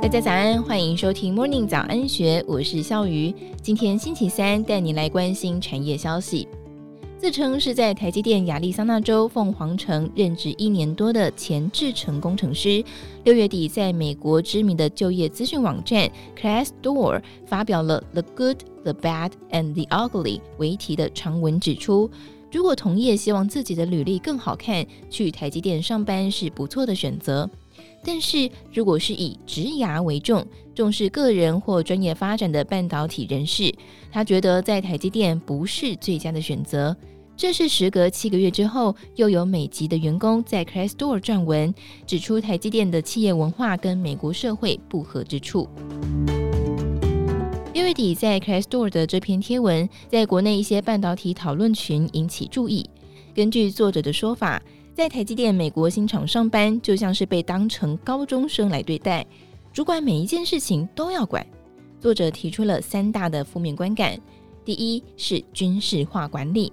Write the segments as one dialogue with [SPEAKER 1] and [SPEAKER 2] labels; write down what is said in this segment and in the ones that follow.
[SPEAKER 1] 大家早安，欢迎收听 Morning 早安学，我是笑瑜。今天星期三，带你来关心产业消息。自称是在台积电亚利桑那州凤凰城任职1年多的前制程工程师，6月底在美国知名的就业资讯网站 Glassdoor 发表了 The Good, The Bad and The Ugly 为题的长文，指出如果同业希望自己的履历更好看，去台积电上班是不错的选择。但是如果是以职涯为重，重视个人或专业发展的半导体人士，他觉得在台积电不是最佳的选择。这是时隔7个月之后，又有美籍的员工在 Glassdoor 撰文，指出台积电的企业文化跟美国社会不合之处。6月底在 Glassdoor 的这篇贴文，在国内一些半导体讨论群引起注意。根据作者的说法，在台积电美国新厂上班，就像是被当成高中生来对待，主管每一件事情都要管。作者提出了3大的负面观感。第一是军事化管理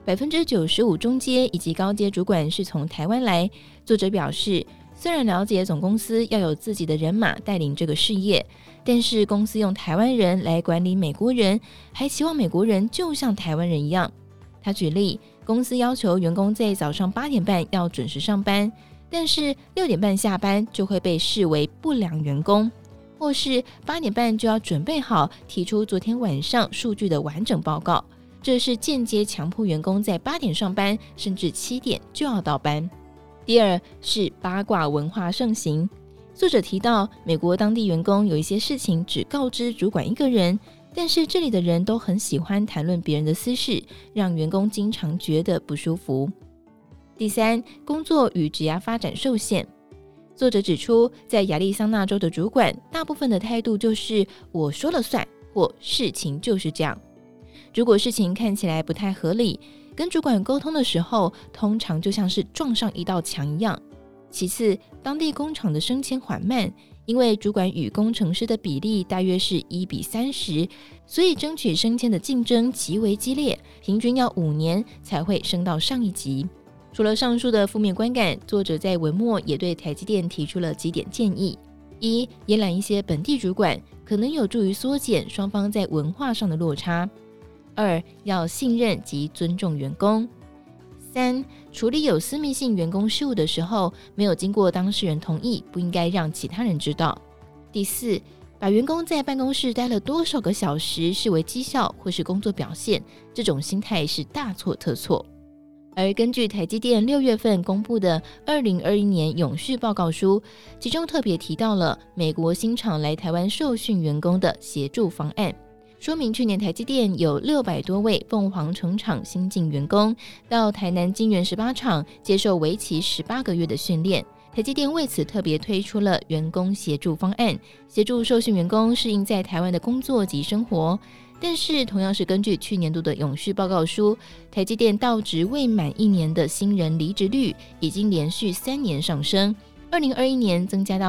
[SPEAKER 1] ，95%中阶以及高阶主管是从台湾来。作者表示，虽然了解总公司要有自己的人马带领这个事业，但是公司用台湾人来管理美国人，还期望美国人就像台湾人一样。他举例，公司要求员工在早上8点半要准时上班，但是6点半下班就会被视为不良员工，或是8点半就要准备好提出昨天晚上数据的完整报告。这是间接强迫员工在8点上班，甚至7点就要到班。第二是八卦文化盛行。作者提到，美国当地员工有一些事情只告知主管一个人，但是这里的人都很喜欢谈论别人的私事，让员工经常觉得不舒服。第三，工作与职涯发展受限。作者指出，在亚利桑那州的主管大部分的态度就是我说了算，或事情就是这样。如果事情看起来不太合理，跟主管沟通的时候，通常就像是撞上一道墙一样。其次，当地工厂的升迁缓慢，因为主管与工程师的比例大约是1:30，所以争取升迁的竞争极为激烈，平均要5年才会升到上一级。除了上述的负面观感，作者在文末也对台积电提出了几点建议。一，延揽一些本地主管，可能有助于缩减双方在文化上的落差。2，要信任及尊重员工。3，处理有私密性员工事务的时候，没有经过当事人同意，不应该让其他人知道。第4，把员工在办公室待了多少个小时视为绩效或是工作表现，这种心态是大错特错。而根据台积电6月份公布的2021年永续报告书，其中特别提到了美国新厂来台湾受训员工的协助方案，说明去年台积电有600多位凤凰城厂新进员工到台南金源18厂接受为期18个月的训练。台积电为此特别推出了员工协助方案，协助受训员工适应在台湾的工作及生活。但是同样是根据去年度的永续报告书，台积电到职未满1年的新人离职率已经连续3年上升，2021年增加到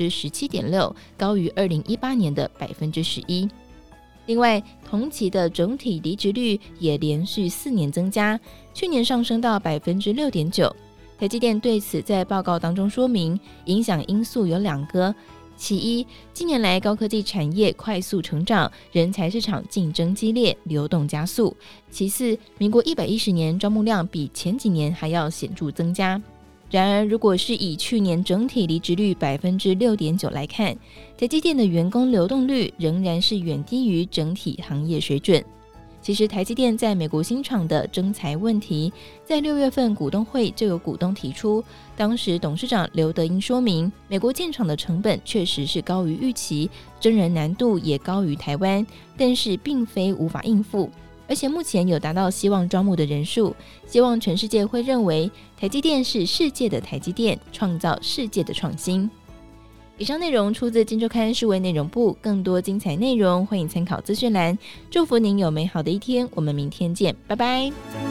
[SPEAKER 1] 17.6%， 高于2018年的 11%。另外，同期的整体离职率也连续4年增加，去年上升到 6.9%。 台积电对此在报告当中说明，影响因素有2个。其一，近年来高科技产业快速成长，人才市场竞争激烈，流动加速。其次，民国110年招募量比前几年还要显著增加。然而，如果是以去年整体离职率 6.9% 来看，台积电的员工流动率仍然是远低于整体行业水准。其实台积电在美国新厂的征才问题，在6月份股东会就有股东提出，当时董事长刘德英说明，美国建厂的成本确实是高于预期，征人难度也高于台湾，但是并非无法应付，而且目前有达到希望招募的人数，希望全世界会认为台积电是世界的台积电，创造世界的创新。以上内容出自《今周刊》数位内容部，更多精彩内容欢迎参考资讯栏。祝福您有美好的一天，我们明天见，拜拜。